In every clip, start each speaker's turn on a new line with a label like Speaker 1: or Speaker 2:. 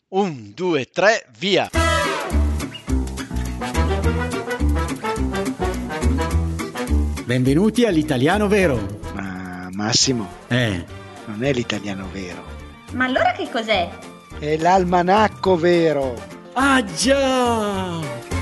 Speaker 1: 1, 2, 3, via!
Speaker 2: Benvenuti all'Italiano Vero.
Speaker 1: Ma Massimo, non è l'italiano vero.
Speaker 3: Ma allora che cos'è?
Speaker 1: È l'almanacco vero.
Speaker 2: Ah già!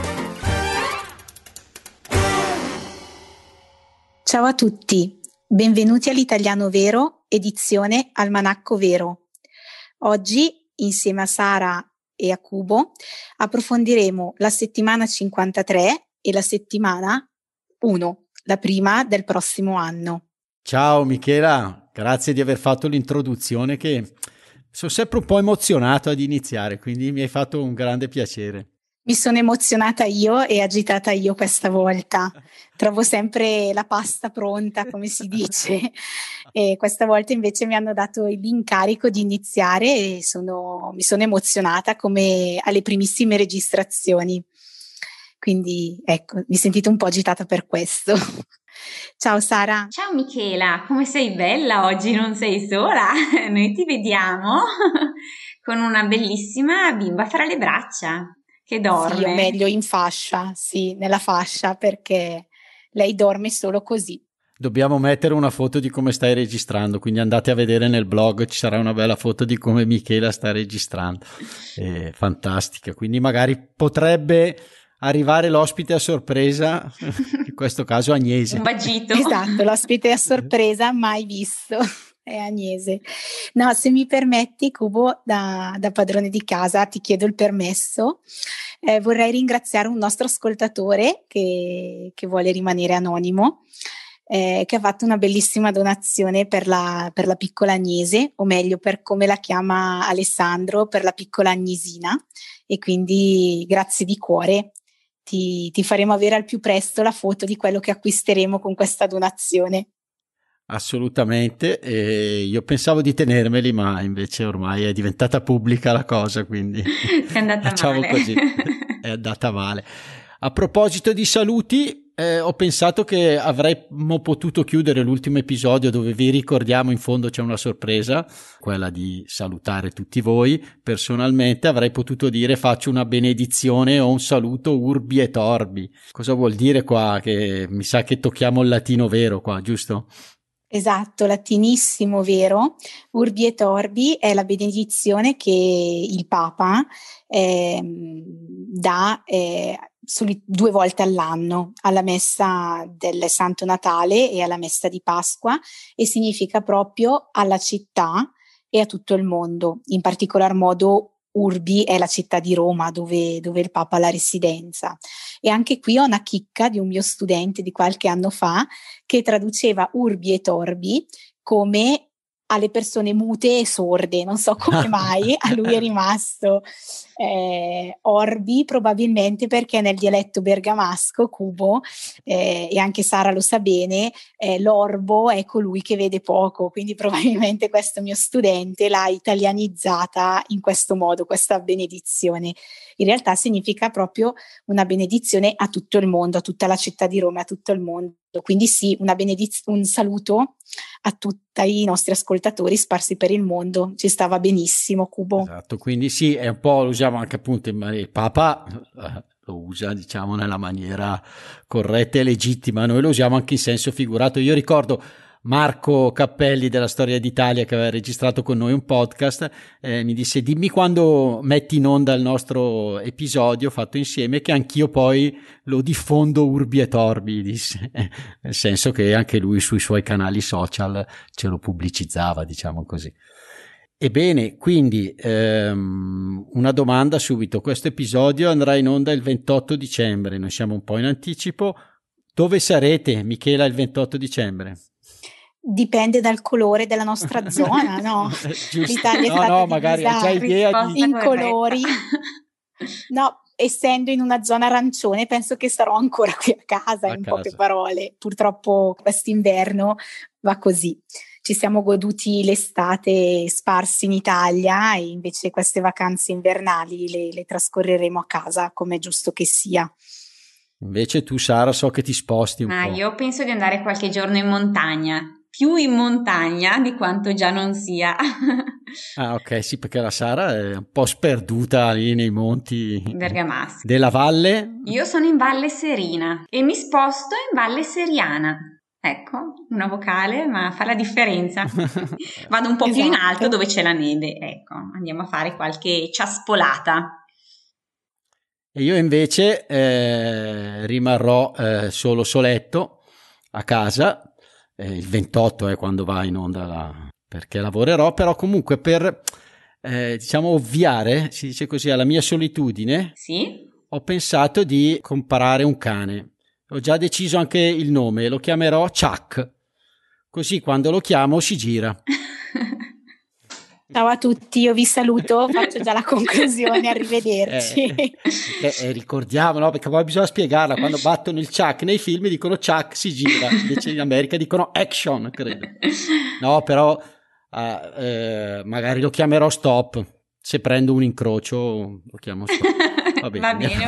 Speaker 4: Ciao a tutti, benvenuti all'Italiano Vero, edizione Almanacco Vero. Oggi, insieme a Sara e a Cubo, approfondiremo la settimana 53 e la settimana 1, la prima del prossimo anno.
Speaker 2: Ciao Michela, grazie di aver fatto l'introduzione che sono sempre un po' emozionato ad iniziare, quindi mi hai fatto un grande piacere.
Speaker 4: Mi sono emozionata io e agitata io questa volta. Trovo sempre la pasta pronta, come si dice, e questa volta invece mi hanno dato l'incarico di iniziare e mi sono emozionata come alle primissime registrazioni. Quindi ecco, mi sentite un po' agitata per questo. Ciao Sara.
Speaker 3: Ciao Michela, come sei bella oggi, non sei sola? Noi ti vediamo con una bellissima bimba fra le braccia che dorme.
Speaker 4: Sì, o meglio in fascia, sì, nella fascia, perché lei dorme solo così.
Speaker 2: Dobbiamo mettere una foto di come stai registrando, quindi andate a vedere nel blog, ci sarà una bella foto di come Michela sta registrando. Fantastica, quindi magari potrebbe arrivare l'ospite a sorpresa, in questo caso Agnese.
Speaker 3: Un bagito.
Speaker 4: Esatto, l'ospite a sorpresa mai visto, è Agnese. No, se mi permetti, Cubo, da padrone di casa, ti chiedo il permesso. Vorrei ringraziare un nostro ascoltatore che vuole rimanere anonimo, che ha fatto una bellissima donazione per la piccola Agnese, o meglio per come la chiama Alessandro, per la piccola Agnesina, e quindi grazie di cuore. Ti faremo avere al più presto la foto di quello che acquisteremo con questa donazione.
Speaker 2: Assolutamente, io pensavo di tenermeli, ma invece ormai è diventata pubblica la cosa, quindi
Speaker 3: è andata
Speaker 2: facciamo
Speaker 3: male.
Speaker 2: Così, è andata male. A proposito di saluti, ho pensato che avremmo potuto chiudere l'ultimo episodio dove vi ricordiamo, in fondo c'è una sorpresa, quella di salutare tutti voi. Personalmente avrei potuto dire faccio una benedizione o un saluto urbi et orbi. Cosa vuol dire qua? Che mi sa che tocchiamo il latino vero qua, giusto?
Speaker 4: Esatto, latinissimo vero. Urbi et orbi è la benedizione che il Papa dà 2 volte all'anno, alla messa del Santo Natale e alla messa di Pasqua, e significa proprio alla città e a tutto il mondo. In particolar modo Urbi è la città di Roma dove il Papa ha la residenza. E anche qui ho una chicca di un mio studente di qualche anno fa che traduceva urbi et orbi come alle persone mute e sorde, non so come mai a lui è rimasto orbi, probabilmente perché nel dialetto bergamasco, Cubo, e anche Sara lo sa bene, l'orbo è colui che vede poco, quindi probabilmente questo mio studente l'ha italianizzata in questo modo, questa benedizione. In realtà significa proprio una benedizione a tutto il mondo, a tutta la città di Roma, a tutto il mondo. Quindi sì, un saluto a tutti i nostri ascoltatori sparsi per il mondo. Ci stava benissimo, Cubo.
Speaker 2: Esatto, quindi sì, è un po', lo usiamo anche appunto il Papa lo usa, diciamo, nella maniera corretta e legittima, noi lo usiamo anche in senso figurato. Io ricordo Marco Cappelli della Storia d'Italia, che aveva registrato con noi un podcast, mi disse dimmi quando metti in onda il nostro episodio fatto insieme che anch'io poi lo diffondo urbi et orbi, disse, nel senso che anche lui sui suoi canali social ce lo pubblicizzava, diciamo così. Ebbene, quindi una domanda subito, questo episodio andrà in onda il 28 dicembre, noi siamo un po' in anticipo. Dove sarete, Michela, il 28 dicembre?
Speaker 4: Dipende dal colore della nostra zona, no? L'Italia è stata
Speaker 2: magari hai già idea
Speaker 4: in colori. No, essendo in una zona arancione, penso che starò ancora qui a casa, in poche parole. Purtroppo quest'inverno va così. Ci siamo goduti l'estate sparsi in Italia e invece queste vacanze invernali le trascorreremo a casa, come è giusto che sia.
Speaker 2: Invece tu, Sara, so che ti sposti un po'.
Speaker 3: Io penso di andare qualche giorno in montagna. più in montagna di quanto già non sia.
Speaker 2: Ah, ok, sì, perché la Sara è un po' sperduta lì nei monti
Speaker 3: bergamaschi
Speaker 2: della valle.
Speaker 3: Io sono in Valle Serina e mi sposto in Valle Seriana. Ecco, una vocale, ma fa la differenza. Vado un po' più in alto dove c'è la neve. Ecco, andiamo a fare qualche ciaspolata.
Speaker 2: E io invece rimarrò solo soletto a casa, il 28 è quando va in onda perché lavorerò, però comunque per diciamo ovviare, si dice così, alla mia solitudine,
Speaker 3: sì?
Speaker 2: Ho pensato di comprare un cane. Ho già deciso anche il nome, lo chiamerò Chuck, così quando lo chiamo si gira.
Speaker 4: Ciao a tutti, io vi saluto, faccio già la conclusione, arrivederci.
Speaker 2: Ricordiamo, no? Perché poi bisogna spiegarla, quando battono il Chuck nei film dicono Chuck si gira, invece in America dicono action, credo. No, però magari lo chiamerò Stop, se prendo un incrocio lo chiamo Stop. Va bene,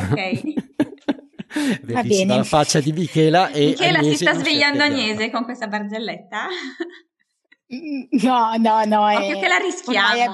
Speaker 3: ok.
Speaker 2: Va bene. La faccia di Michela e
Speaker 3: Michela
Speaker 2: Agnese
Speaker 3: si sta svegliando Agnese con questa barzelletta?
Speaker 4: No,
Speaker 3: proprio che la rischiamo,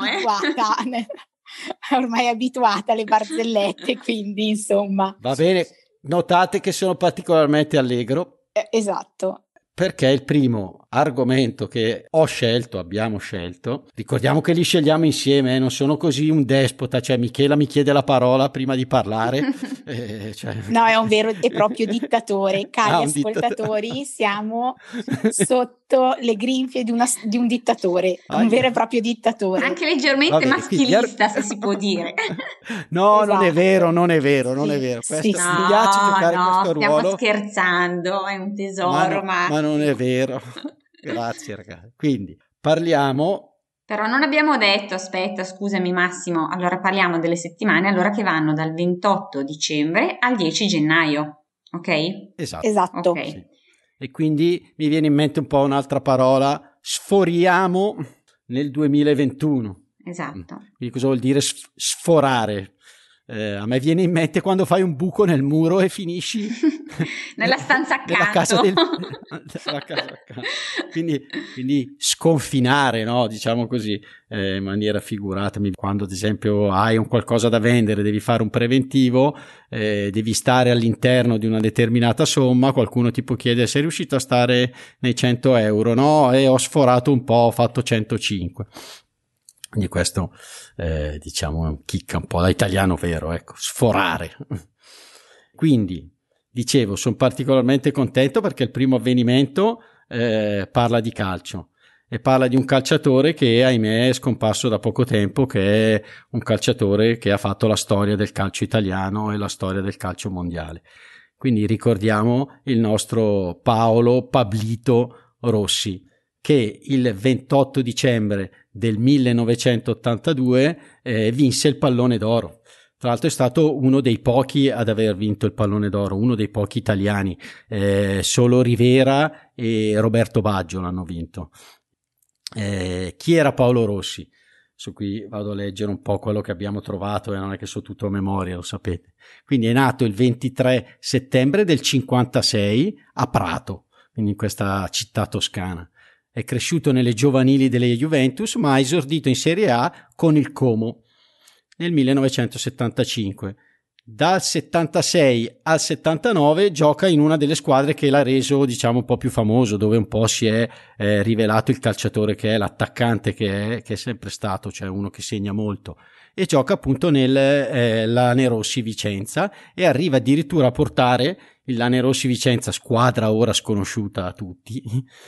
Speaker 4: ormai è abituata alle barzellette, quindi insomma.
Speaker 2: Va bene, notate che sono particolarmente allegro.
Speaker 4: Esatto.
Speaker 2: Perché è il primo argomento che abbiamo scelto. Ricordiamo che li scegliamo insieme, non sono così un despota, cioè Michela mi chiede la parola prima di parlare.
Speaker 4: No, è un vero e proprio dittatore. Cari ascoltatori, siamo sotto le grinfie di un dittatore, un vero e proprio dittatore.
Speaker 3: Anche leggermente maschilista, se si può dire.
Speaker 2: No, esatto. non è vero. Questo, mi piace giocare questo ruolo.
Speaker 3: Stiamo scherzando, è un tesoro,
Speaker 2: ma non è vero. Grazie ragazzi. Quindi parliamo.
Speaker 3: Però non abbiamo detto, aspetta, scusami Massimo, allora parliamo delle settimane allora che vanno dal 28 dicembre al 10 gennaio, ok?
Speaker 2: Esatto.
Speaker 3: Okay.
Speaker 2: Sì. E quindi mi viene in mente un po' un'altra parola, sforiamo nel 2021.
Speaker 3: Esatto.
Speaker 2: Quindi cosa vuol dire sforare? A me viene in mente quando fai un buco nel muro e finisci
Speaker 3: nella stanza accanto.
Speaker 2: Nella casa accanto. Quindi sconfinare, no? Diciamo così, in maniera figurata. Quando ad esempio hai un qualcosa da vendere, devi fare un preventivo, devi stare all'interno di una determinata somma, qualcuno ti può chiedere: sei riuscito a stare nei 100 euro? No, e ho sforato un po', ho fatto 105. Quindi questo diciamo chicca un po' da italiano vero, ecco, sforare. Quindi dicevo, sono particolarmente contento perché il primo avvenimento parla di calcio e parla di un calciatore che ahimè è scomparso da poco tempo, che è un calciatore che ha fatto la storia del calcio italiano e la storia del calcio mondiale. Quindi ricordiamo il nostro Pablito Rossi, che il 28 dicembre del 1982 vinse il Pallone d'Oro. Tra l'altro è stato uno dei pochi ad aver vinto il Pallone d'Oro, uno dei pochi italiani. Solo Rivera e Roberto Baggio l'hanno vinto. Chi era Paolo Rossi? Su qui vado a leggere un po' quello che abbiamo trovato e non è che so tutto a memoria, lo sapete. Quindi è nato il 23 settembre del 56 a Prato, quindi in questa città toscana. È cresciuto nelle giovanili delle Juventus, ma ha esordito in Serie A con il Como nel 1975. Dal 76 al 79 gioca in una delle squadre che l'ha reso, diciamo, un po' più famoso, dove un po' si è rivelato il calciatore che è, l'attaccante che è sempre stato, cioè uno che segna molto. E gioca appunto nel Lanerossi Vicenza e arriva addirittura a portare il Lanerossi Vicenza, squadra ora sconosciuta a tutti,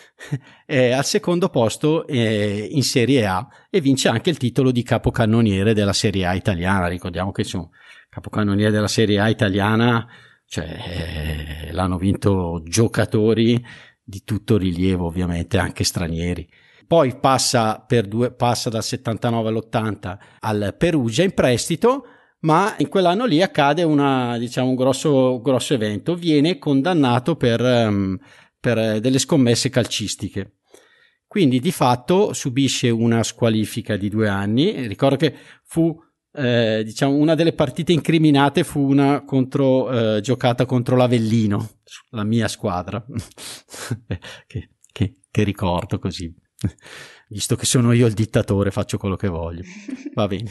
Speaker 2: al secondo posto in Serie A e vince anche il titolo di capocannoniere della Serie A italiana. Ricordiamo che sono capocannoniere della Serie A italiana, cioè l'hanno vinto giocatori di tutto rilievo, ovviamente anche stranieri. Poi passa dal 79 all'80 al Perugia in prestito, ma in quell'anno lì accade un grosso evento. Viene condannato per delle scommesse calcistiche. Quindi di fatto subisce una squalifica di 2 anni. Ricordo che fu una delle partite incriminate fu una giocata contro l'Avellino, la mia squadra, che che ricordo così. Visto che sono io il dittatore, faccio quello che voglio. Va bene.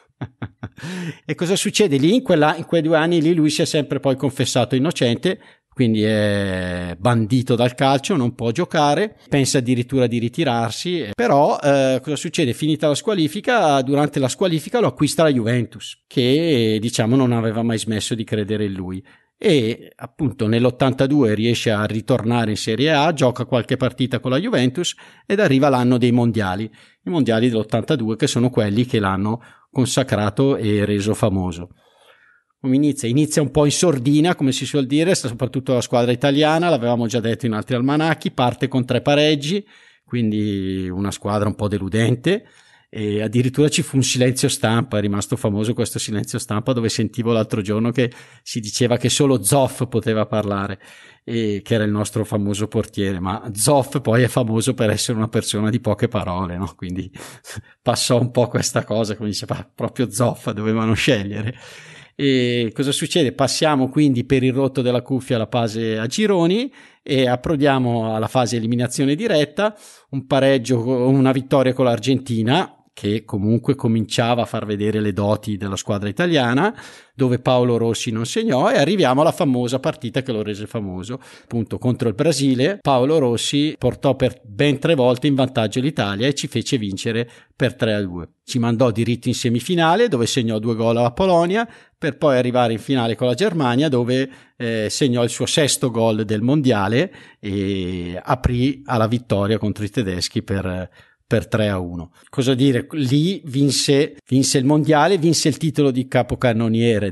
Speaker 2: E cosa succede lì? In quei 2 anni lì lui si è sempre poi confessato innocente, quindi è bandito dal calcio, non può giocare, pensa addirittura di ritirarsi, però cosa succede? Finita la squalifica, durante la squalifica lo acquista la Juventus, che diciamo non aveva mai smesso di credere in lui. E appunto nell'82 riesce a ritornare in Serie A, gioca qualche partita con la Juventus ed arriva l'anno dei mondiali, i mondiali dell'82, che sono quelli che l'hanno consacrato e reso famoso. Come inizia un po' in sordina, come si suol dire, soprattutto la squadra italiana, l'avevamo già detto in altri almanacchi, parte con 3 pareggi, quindi una squadra un po' deludente, e addirittura ci fu un silenzio stampa, è rimasto famoso questo silenzio stampa, dove sentivo l'altro giorno che si diceva che solo Zoff poteva parlare, e che era il nostro famoso portiere, ma Zoff poi è famoso per essere una persona di poche parole, no? Quindi passò un po' questa cosa, come diceva proprio Zoff, dovevano scegliere. E cosa succede? Passiamo quindi per il rotto della cuffia alla fase a gironi e approdiamo alla fase eliminazione diretta, un pareggio, una vittoria con l'Argentina, che comunque cominciava a far vedere le doti della squadra italiana, dove Paolo Rossi non segnò, e arriviamo alla famosa partita che lo rese famoso, appunto contro il Brasile. Paolo Rossi portò per ben 3 volte in vantaggio l'Italia e ci fece vincere per 3-2. Ci mandò diritto in semifinale, dove segnò 2 gol alla Polonia, per poi arrivare in finale con la Germania, dove segnò il suo 6º gol del mondiale e aprì alla vittoria contro i tedeschi per 3-1. Cosa dire? Lì vinse il mondiale, vinse il titolo di capocannoniere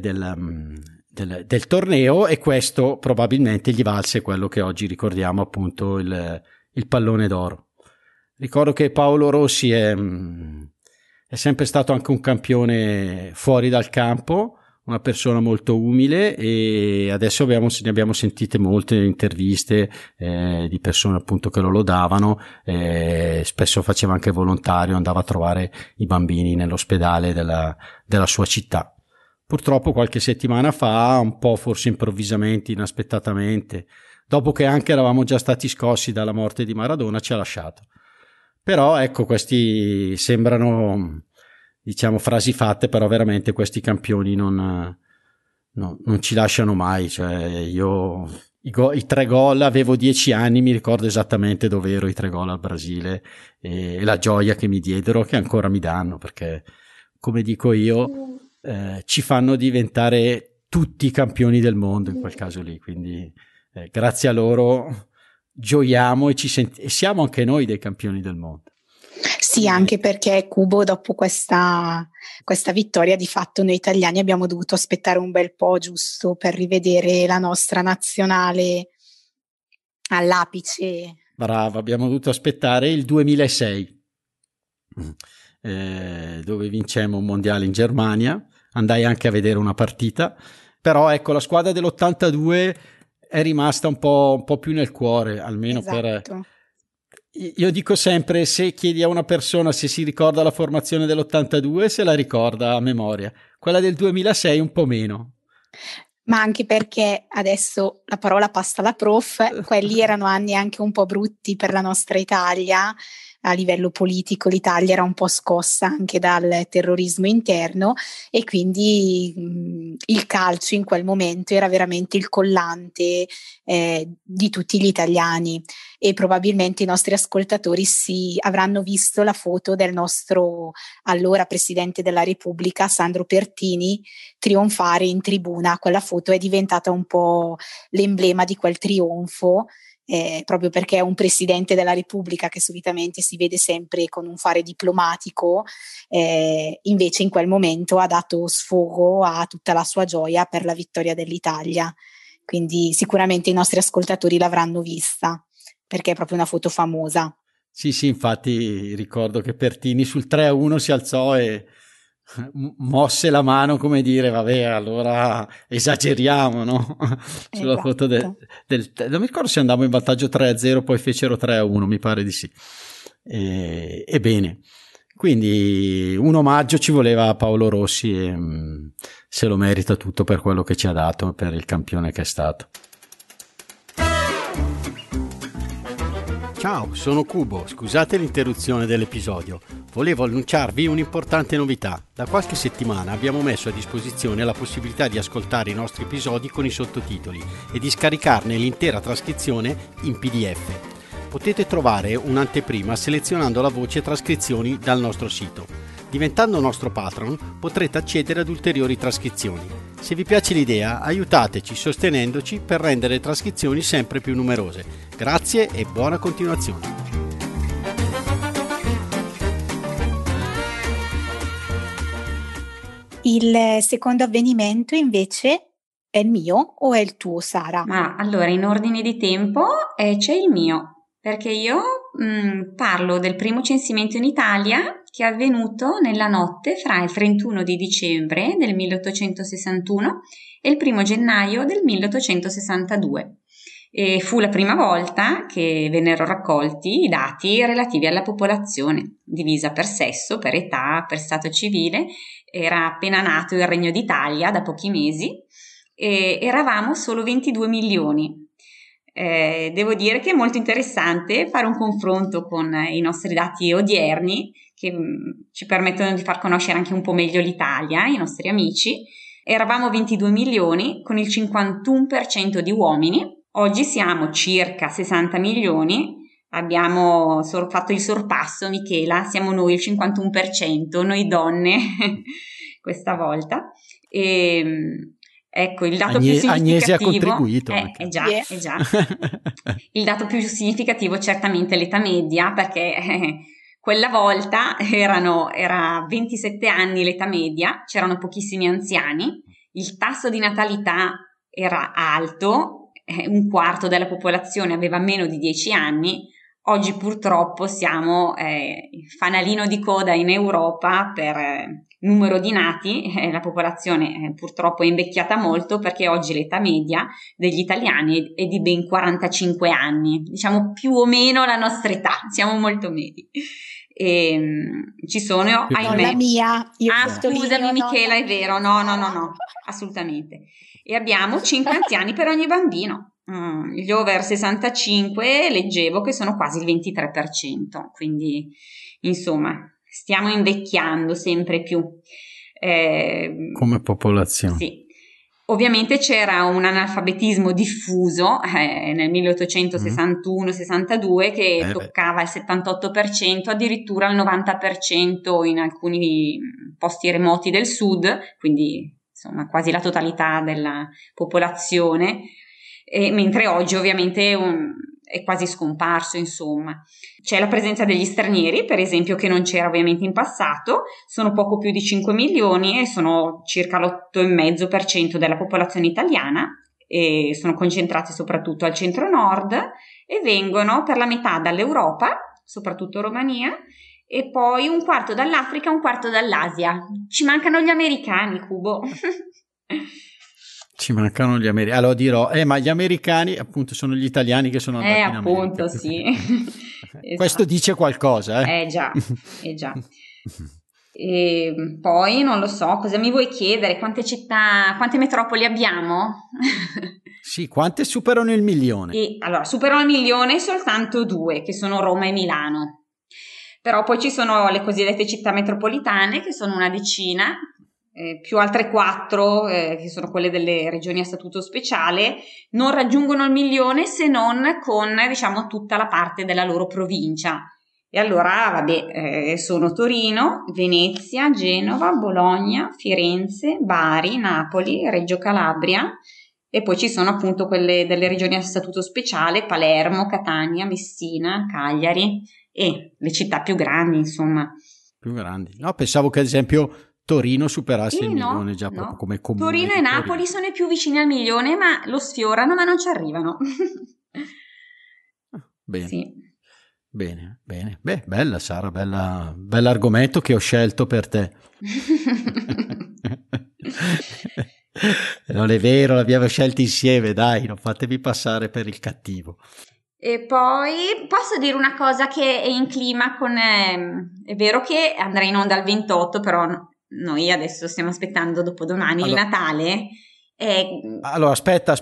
Speaker 2: del torneo, e questo probabilmente gli valse quello che oggi ricordiamo, appunto il pallone d'oro. Ricordo che Paolo Rossi è sempre stato anche un campione fuori dal campo, una persona molto umile, e adesso ne abbiamo sentite molte interviste di persone appunto che lo lodavano. Spesso faceva anche volontario, andava a trovare i bambini nell'ospedale della sua città. Purtroppo qualche settimana fa, un po' forse improvvisamente, inaspettatamente, dopo che anche eravamo già stati scossi dalla morte di Maradona, ci ha lasciato. Però ecco, questi sembrano, diciamo, frasi fatte, però veramente questi campioni non ci lasciano mai. Cioè, io i 3 gol, avevo 10 anni, mi ricordo esattamente dove ero, i 3 gol al Brasile, e la gioia che mi diedero, che ancora mi danno, perché come dico io, ci fanno diventare tutti campioni del mondo in quel caso lì, quindi grazie a loro gioiamo e siamo anche noi dei campioni del mondo.
Speaker 4: Sì, anche perché Cubo, dopo questa vittoria, di fatto noi italiani abbiamo dovuto aspettare un bel po', giusto, per rivedere la nostra nazionale all'apice.
Speaker 2: Brava, abbiamo dovuto aspettare il 2006, dove vincemmo un mondiale in Germania. Andai anche a vedere una partita, però ecco, la squadra dell'82 è rimasta un po' più nel cuore, almeno.
Speaker 4: Esatto.
Speaker 2: Io dico sempre, se chiedi a una persona se si ricorda la formazione dell'82, se la ricorda a memoria. Quella del 2006 un po' meno.
Speaker 4: Ma anche perché adesso la parola passa alla prof, quelli erano anni anche un po' brutti per la nostra Italia. A livello politico l'Italia era un po' scossa anche dal terrorismo interno, e quindi il calcio in quel momento era veramente il collante di tutti gli italiani, e probabilmente i nostri ascoltatori avranno visto la foto del nostro allora Presidente della Repubblica Sandro Pertini trionfare in tribuna. Quella foto è diventata un po' l'emblema di quel trionfo, proprio perché è un Presidente della Repubblica che solitamente si vede sempre con un fare diplomatico, invece in quel momento ha dato sfogo a tutta la sua gioia per la vittoria dell'Italia. Quindi sicuramente i nostri ascoltatori l'avranno vista, perché è proprio una foto famosa.
Speaker 2: Sì, infatti ricordo che Pertini sul 3-1 si alzò e mosse la mano, come dire, vabbè, allora esageriamo, no? Sulla
Speaker 4: Esatto.
Speaker 2: foto non mi ricordo se andavamo in vantaggio 3-0, poi fecero 3-1, mi pare di sì. Ebbene, quindi un omaggio ci voleva a Paolo Rossi, e se lo merita tutto per quello che ci ha dato, per il campione che è stato. Ciao, sono Cubo, scusate l'interruzione dell'episodio. Volevo annunciarvi un'importante novità. Da qualche settimana abbiamo messo a disposizione la possibilità di ascoltare i nostri episodi con i sottotitoli e di scaricarne l'intera trascrizione in PDF. Potete trovare un'anteprima selezionando la voce trascrizioni dal nostro sito. Diventando nostro patron potrete accedere ad ulteriori trascrizioni. Se vi piace l'idea, aiutateci sostenendoci per rendere le trascrizioni sempre più numerose. Grazie e buona continuazione.
Speaker 4: Il secondo avvenimento invece è il mio o è il tuo, Sara?
Speaker 3: Ma allora, in ordine di tempo c'è il mio, perché io parlo del primo censimento in Italia che è avvenuto nella notte fra il 31 di dicembre del 1861 e il 1 gennaio del 1862. E fu la prima volta che vennero raccolti i dati relativi alla popolazione, divisa per sesso, per età, per stato civile. Era appena nato il Regno d'Italia da pochi mesi e eravamo solo 22 milioni. Devo dire che è molto interessante fare un confronto con i nostri dati odierni che ci permettono di far conoscere anche un po' meglio l'Italia, i nostri amici. Eravamo 22 milioni con il 51% di uomini. Oggi siamo circa 60 milioni, abbiamo fatto il sorpasso, Michela, siamo noi il 51%, noi donne questa volta. Ecco, il dato più significativo.
Speaker 2: Agnese ha contribuito.
Speaker 3: È già. Il dato più significativo certamente è l'età media, perché quella volta era 27 anni l'età media, c'erano pochissimi anziani, il tasso di natalità era alto, un quarto della popolazione aveva meno di 10 anni, oggi purtroppo siamo fanalino di coda in Europa per numero di nati, la popolazione purtroppo è invecchiata molto perché oggi l'età media degli italiani è di ben 45 anni, diciamo più o meno la nostra età, siamo molto medi. Ci sono, ahimè,
Speaker 4: la mia,
Speaker 3: scusami Michela, è vero, no, assolutamente. E abbiamo 5 anziani per ogni bambino. Gli over 65 leggevo che sono quasi il 23%, quindi insomma stiamo invecchiando sempre più.
Speaker 2: Come popolazione.
Speaker 3: Sì. Ovviamente c'era un analfabetismo diffuso nel 1861-62 che toccava il 78%, addirittura il 90% in alcuni posti remoti del sud, quindi insomma quasi la totalità della popolazione, mentre oggi ovviamente è quasi scomparso, insomma. C'è la presenza degli stranieri, per esempio, che non c'era ovviamente in passato, sono poco più di 5 milioni e sono circa l'8,5% della popolazione italiana e sono concentrati soprattutto al centro-nord e vengono per la metà dall'Europa, soprattutto Romania, e poi un quarto dall'Africa, un quarto dall'Asia. Ci mancano gli americani, Cubo.
Speaker 2: Ci mancano gli americani. Allora dirò, ma gli americani appunto sono gli italiani che sono andati in America.
Speaker 3: Appunto, sì. Esatto.
Speaker 2: Questo dice qualcosa,
Speaker 3: già. E poi non lo so, cosa mi vuoi chiedere? Quante città, quante metropoli abbiamo?
Speaker 2: Sì, quante superano il milione?
Speaker 3: Allora, superano il milione soltanto 2, che sono Roma e Milano. Però poi ci sono le cosiddette città metropolitane, che sono una decina, più altre 4, che sono quelle delle regioni a statuto speciale, non raggiungono il milione se non con, diciamo, tutta la parte della loro provincia. E allora, sono Torino, Venezia, Genova, Bologna, Firenze, Bari, Napoli, Reggio Calabria, e poi ci sono appunto quelle delle regioni a statuto speciale, Palermo, Catania, Messina, Cagliari e le città più grandi, insomma.
Speaker 2: Più grandi. No, pensavo che ad esempio Torino superasse il milione già proprio come comune.
Speaker 3: Torino e Napoli sono i più vicini al milione, ma lo sfiorano, ma non ci arrivano.
Speaker 2: Bene.
Speaker 3: Sì.
Speaker 2: Bene. Beh, bella Sara, bell'argomento che ho scelto per te. Non è vero, l'abbiamo scelto insieme, dai, non fatevi passare per il cattivo.
Speaker 3: E poi posso dire una cosa che è in clima con... è vero che andrà in onda il 28, però noi adesso stiamo aspettando dopodomani il Natale,
Speaker 2: Allora, aspetta.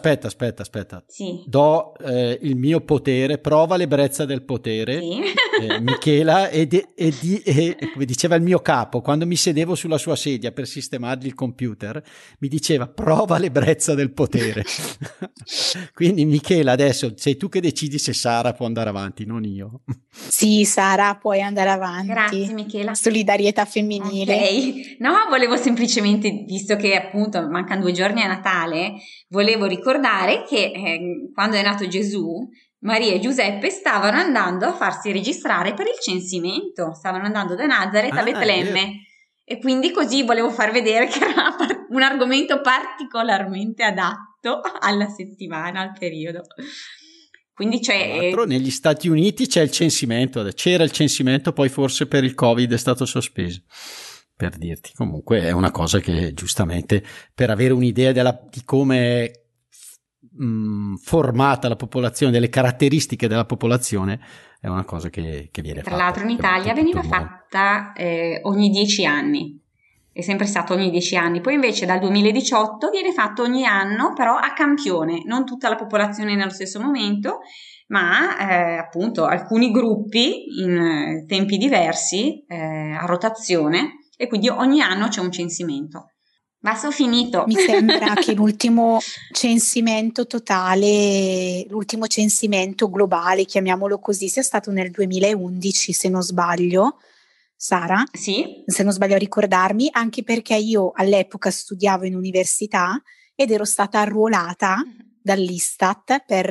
Speaker 3: Sì.
Speaker 2: Do il mio potere, prova l'ebbrezza del potere,
Speaker 3: Sì.
Speaker 2: Michela, e come diceva il mio capo, quando mi sedevo sulla sua sedia per sistemargli il computer, mi diceva prova l'ebbrezza del potere. Quindi Michela, adesso sei tu che decidi se Sara può andare avanti, non io.
Speaker 4: Sì, Sara, puoi andare avanti.
Speaker 3: Grazie Michela.
Speaker 4: Solidarietà femminile.
Speaker 3: Ok, no, volevo semplicemente, visto che appunto mancano 2 giorni a Natale, volevo ricordare che quando è nato Gesù, Maria e Giuseppe stavano andando a farsi registrare per il censimento, stavano andando da Nazareth a Betlemme. E quindi così volevo far vedere che era un argomento particolarmente adatto alla settimana, al periodo. Quindi
Speaker 2: negli Stati Uniti c'era il censimento, poi forse per il Covid è stato sospeso, per dirti. Comunque è una cosa che giustamente, per avere un'idea di come è formata la popolazione, delle caratteristiche della popolazione, è una cosa che viene fatta.
Speaker 3: Tra l'altro in Italia veniva fatta ogni 10 anni. È sempre stato ogni 10 anni, poi invece dal 2018 viene fatto ogni anno, però a campione, non tutta la popolazione nello stesso momento, ma appunto alcuni gruppi in tempi diversi a rotazione, e quindi ogni anno c'è un censimento. Basta, ho finito.
Speaker 4: Mi sembra che l'ultimo censimento totale, l'ultimo censimento globale, chiamiamolo così, sia stato nel 2011, se non sbaglio. Sara?
Speaker 3: Sì.
Speaker 4: Se non sbaglio a ricordarmi, anche perché io all'epoca studiavo in università ed ero stata arruolata dall'Istat per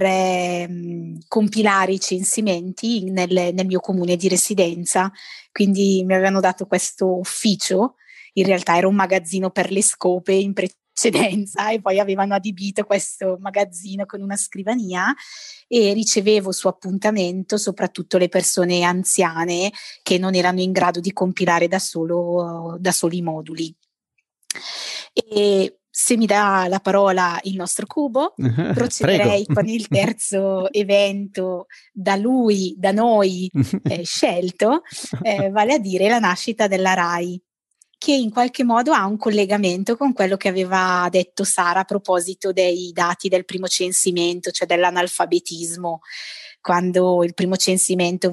Speaker 4: compilare i censimenti nel mio comune di residenza, quindi mi avevano dato questo ufficio. In realtà era un magazzino per le scope in precedenza, e poi avevano adibito questo magazzino con una scrivania, e ricevevo su appuntamento soprattutto le persone anziane che non erano in grado di compilare da soli i moduli. E se mi dà la parola il nostro Cubo, procederei con il terzo evento da noi scelto, vale a dire la nascita della RAI, che in qualche modo ha un collegamento con quello che aveva detto Sara a proposito dei dati del primo censimento, cioè dell'analfabetismo. Quando il primo censimento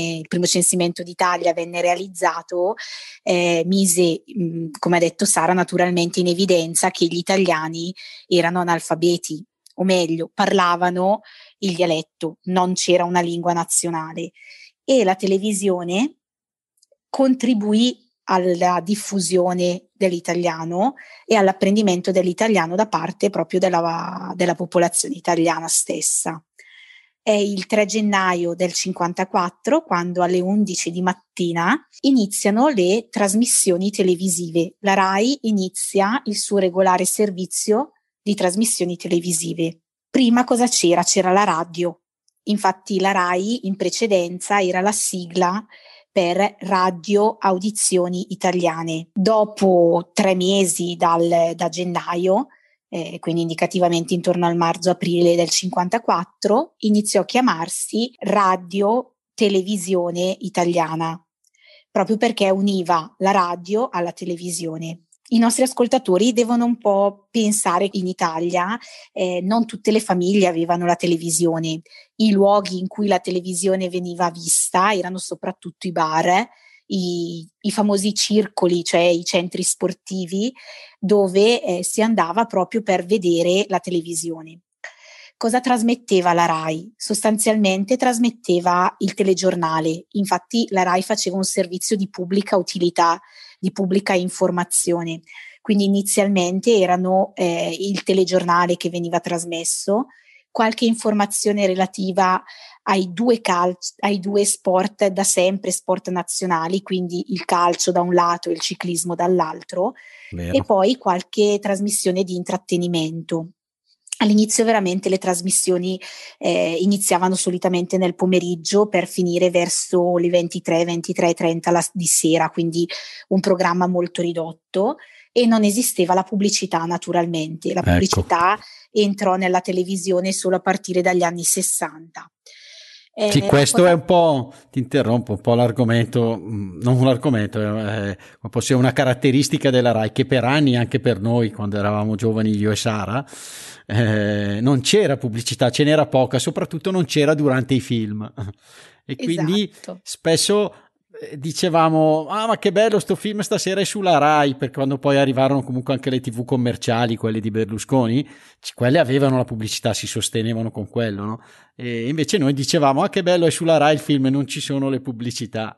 Speaker 4: d'Italia venne realizzato, mise, come ha detto Sara, naturalmente in evidenza che gli italiani erano analfabeti, o meglio, parlavano il dialetto, non c'era una lingua nazionale, e la televisione contribuì alla diffusione dell'italiano e all'apprendimento dell'italiano da parte proprio della popolazione italiana stessa. È il 3 gennaio del 54 quando alle 11 di mattina iniziano le trasmissioni televisive. La RAI inizia il suo regolare servizio di trasmissioni televisive. Prima cosa c'era? C'era la radio. Infatti la RAI in precedenza era la sigla per Radio Audizioni Italiane. Dopo 3 mesi da gennaio, quindi indicativamente intorno al marzo-aprile del 54, iniziò a chiamarsi Radio Televisione Italiana, proprio perché univa la radio alla televisione. I nostri ascoltatori devono un po' pensare che in Italia non tutte le famiglie avevano la televisione. I luoghi in cui la televisione veniva vista erano soprattutto i bar, i famosi circoli, cioè i centri sportivi, dove si andava proprio per vedere la televisione. Cosa trasmetteva la RAI? Sostanzialmente trasmetteva il telegiornale. Infatti la RAI faceva un servizio di pubblica utilità, di pubblica informazione. Quindi inizialmente erano il telegiornale che veniva trasmesso, qualche informazione relativa ai due sport da sempre, sport nazionali, quindi il calcio da un lato e il ciclismo dall'altro. Vero. E poi qualche trasmissione di intrattenimento. All'inizio veramente le trasmissioni iniziavano solitamente nel pomeriggio per finire verso le 23:30 di sera, quindi un programma molto ridotto, e non esisteva la pubblicità naturalmente. La pubblicità entrò nella televisione solo a partire dagli anni 60.
Speaker 2: Sì, questo è un po', ti interrompo, un po' l'argomento, non l'argomento, può essere una caratteristica della Rai, che per anni, anche per noi, quando eravamo giovani io e Sara, non c'era pubblicità, ce n'era poca, soprattutto non c'era durante i film. E quindi spesso dicevamo, ma che bello sto film stasera è sulla Rai, perché quando poi arrivarono comunque anche le TV commerciali, quelle di Berlusconi, quelle avevano la pubblicità, si sostenevano con quello, no? E invece noi dicevamo, che bello è sulla Rai il film e non ci sono le pubblicità.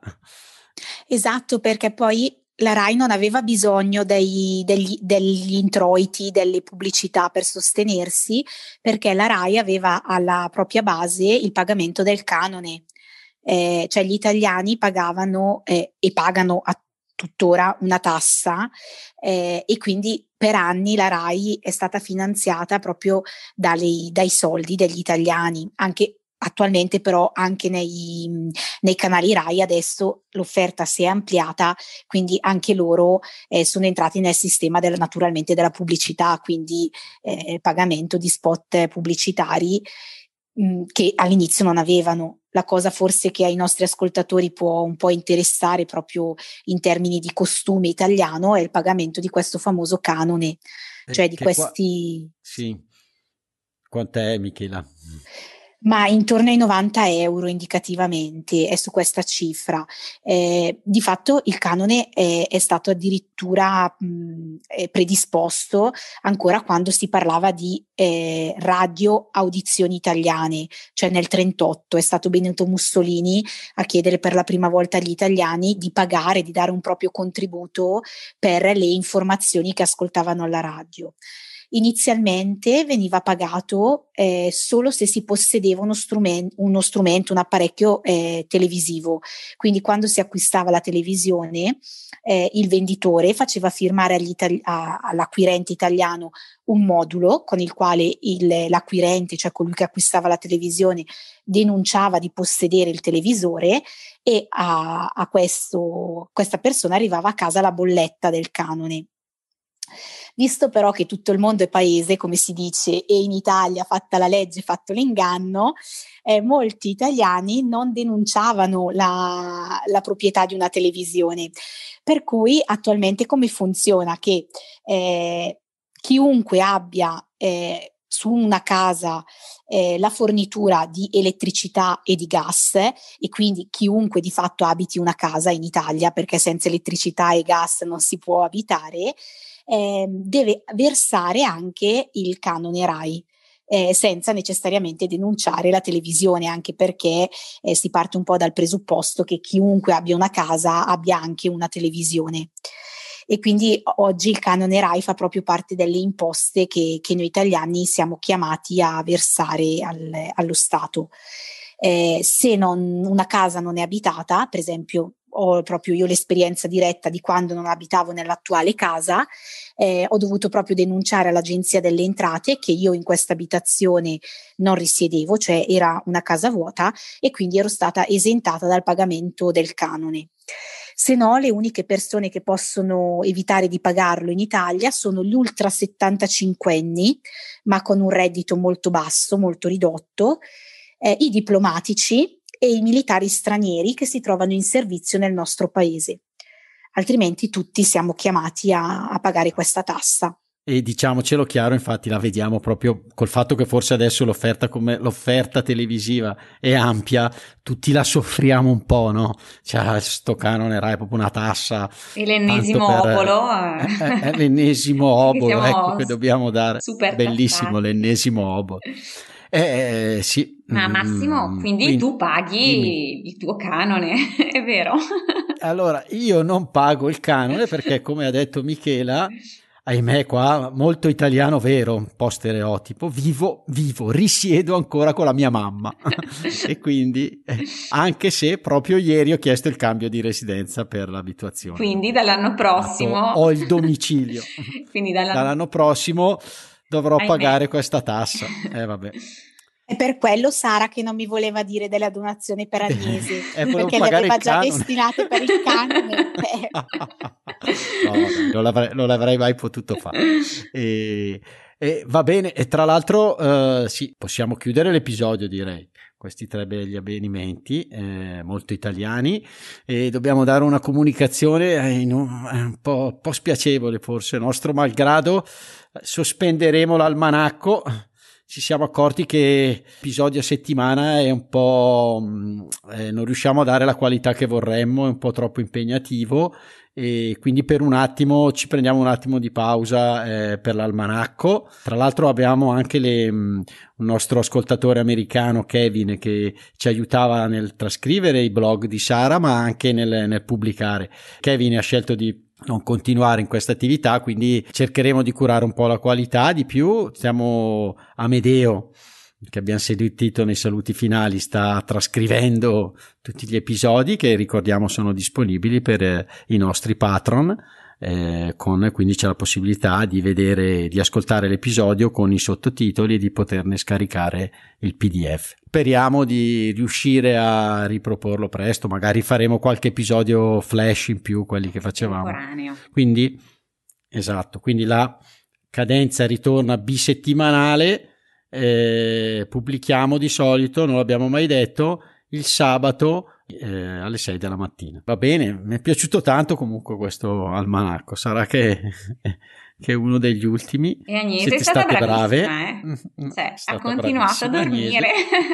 Speaker 4: Esatto, perché poi la Rai non aveva bisogno degli introiti, delle pubblicità per sostenersi, perché la Rai aveva alla propria base il pagamento del canone. Cioè gli italiani pagavano e pagano tuttora una tassa, e quindi per anni la Rai è stata finanziata proprio dai soldi degli italiani. Anche attualmente però anche nei canali Rai adesso l'offerta si è ampliata, quindi anche loro sono entrati nel sistema naturalmente della pubblicità, quindi pagamento di spot pubblicitari che all'inizio non avevano. La cosa forse che ai nostri ascoltatori può un po' interessare proprio in termini di costume italiano è il pagamento di questo famoso canone, cioè di questi...
Speaker 2: Sì, quant'è, Michela?
Speaker 4: Ma intorno ai 90 euro indicativamente, è su questa cifra. Di fatto il canone è stato addirittura predisposto ancora quando si parlava di radio audizioni italiane, cioè nel 1938 è stato Benito Mussolini a chiedere per la prima volta agli italiani di pagare, di dare un proprio contributo per le informazioni che ascoltavano alla radio. Inizialmente veniva pagato solo se si possedeva uno strumento, un apparecchio televisivo. Quindi quando si acquistava la televisione, il venditore faceva firmare all'acquirente italiano un modulo con il quale l'acquirente, cioè colui che acquistava la televisione, denunciava di possedere il televisore, e a questa persona arrivava a casa la bolletta del canone. Visto però che tutto il mondo è paese, come si dice, e in Italia, fatta la legge, fatto l'inganno, molti italiani non denunciavano la proprietà di una televisione. Per cui attualmente come funziona? Che chiunque abbia su una casa la fornitura di elettricità e di gas, e quindi chiunque di fatto abiti una casa in Italia, perché senza elettricità e gas non si può abitare, deve versare anche il canone Rai, senza necessariamente denunciare la televisione, anche perché si parte un po' dal presupposto che chiunque abbia una casa abbia anche una televisione. E quindi oggi il canone Rai fa proprio parte delle imposte che noi italiani siamo chiamati a versare allo Stato. Se una casa non è abitata, per esempio ho proprio io l'esperienza diretta di quando non abitavo nell'attuale casa, ho dovuto proprio denunciare all'Agenzia delle Entrate che io in questa abitazione non risiedevo, cioè era una casa vuota, e quindi ero stata esentata dal pagamento del canone. Se no, le uniche persone che possono evitare di pagarlo in Italia sono gli ultra 75enni, ma con un reddito molto basso, molto ridotto, i diplomatici e i militari stranieri che si trovano in servizio nel nostro paese. Altrimenti tutti siamo chiamati a pagare questa tassa.
Speaker 2: E diciamocelo chiaro, infatti la vediamo proprio col fatto che forse adesso l'offerta televisiva è ampia, tutti la soffriamo un po', no? Cioè sto canone Rai è proprio una tassa.
Speaker 3: E l'ennesimo obolo.
Speaker 2: L'ennesimo obolo, ecco, che dobbiamo dare.
Speaker 3: Super
Speaker 2: bellissimo tassati. L'ennesimo obolo. Sì.
Speaker 3: Ma Massimo, quindi tu paghi il tuo canone, è vero?
Speaker 2: Allora, io non pago il canone perché, come ha detto Michela, ahimè qua, molto italiano vero, un po' stereotipo, risiedo ancora con la mia mamma e quindi anche se proprio ieri ho chiesto il cambio di residenza per l'abitazione.
Speaker 3: Quindi dall'anno prossimo...
Speaker 2: Ho il domicilio.
Speaker 3: Quindi
Speaker 2: dall'anno prossimo dovrò pagare questa tassa. Vabbè.
Speaker 4: È per quello, Sara, che non mi voleva dire della donazione per Agnese, perché le aveva già destinate per il canone.
Speaker 2: No, non l'avrei mai potuto fare. Va bene, e tra l'altro sì, possiamo chiudere l'episodio, direi. questi 3 begli avvenimenti molto italiani, e dobbiamo dare una comunicazione un po' spiacevole, forse nostro malgrado. Sospenderemo l'almanacco. Ci siamo accorti che episodio a settimana è un po' non riusciamo a dare la qualità che vorremmo, è un po' troppo impegnativo, e quindi per un attimo ci prendiamo un attimo di pausa per l'almanacco. Tra l'altro abbiamo anche un nostro ascoltatore americano, Kevin, che ci aiutava nel trascrivere i blog di Sara, ma anche nel pubblicare. Kevin ha scelto di non continuare in questa attività, quindi cercheremo di curare un po' la qualità di più. Stiamo Amedeo, che abbiamo sentito nei saluti finali, sta trascrivendo tutti gli episodi, che ricordiamo sono disponibili per i nostri patron, quindi c'è la possibilità di ascoltare l'episodio con i sottotitoli e di poterne scaricare il PDF. Speriamo di riuscire a riproporlo presto, magari faremo qualche episodio flash in più, quelli che facevamo. Quindi la cadenza ritorna bisettimanale. Pubblichiamo di solito, non l'abbiamo mai detto, il sabato alle 6 della mattina. Va bene, mi è piaciuto tanto comunque questo almanacco, sarà che è uno degli ultimi.
Speaker 3: E Agnese
Speaker 2: siete
Speaker 3: è stata
Speaker 2: state brave,
Speaker 3: ha continuato a dormire.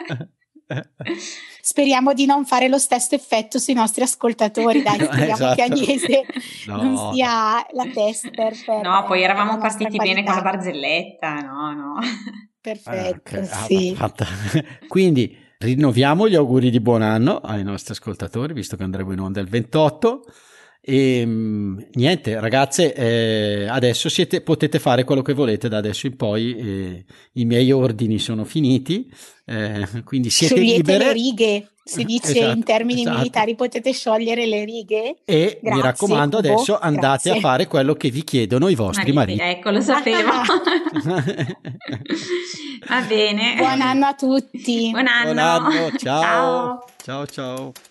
Speaker 4: Speriamo di non fare lo stesso effetto sui nostri ascoltatori, dai, speriamo
Speaker 2: esatto.
Speaker 4: che Agnese non sia la tester
Speaker 3: no, poi eravamo partiti bene con la barzelletta, no.
Speaker 4: Perfetto, sì.
Speaker 2: Quindi rinnoviamo gli auguri di buon anno ai nostri ascoltatori, visto che andremo in onda il 28. E niente, ragazze, adesso potete fare quello che volete da adesso in poi. I miei ordini sono finiti, quindi siete libere.
Speaker 4: Le righe, si dice in termini militari, potete sciogliere le righe.
Speaker 2: E grazie, mi raccomando, Cubo, adesso andate a fare quello che vi chiedono i vostri mariti.
Speaker 3: Ecco, lo sapevo. Va bene.
Speaker 4: Buon anno a tutti.
Speaker 3: Buon anno.
Speaker 2: Ciao. Ciao.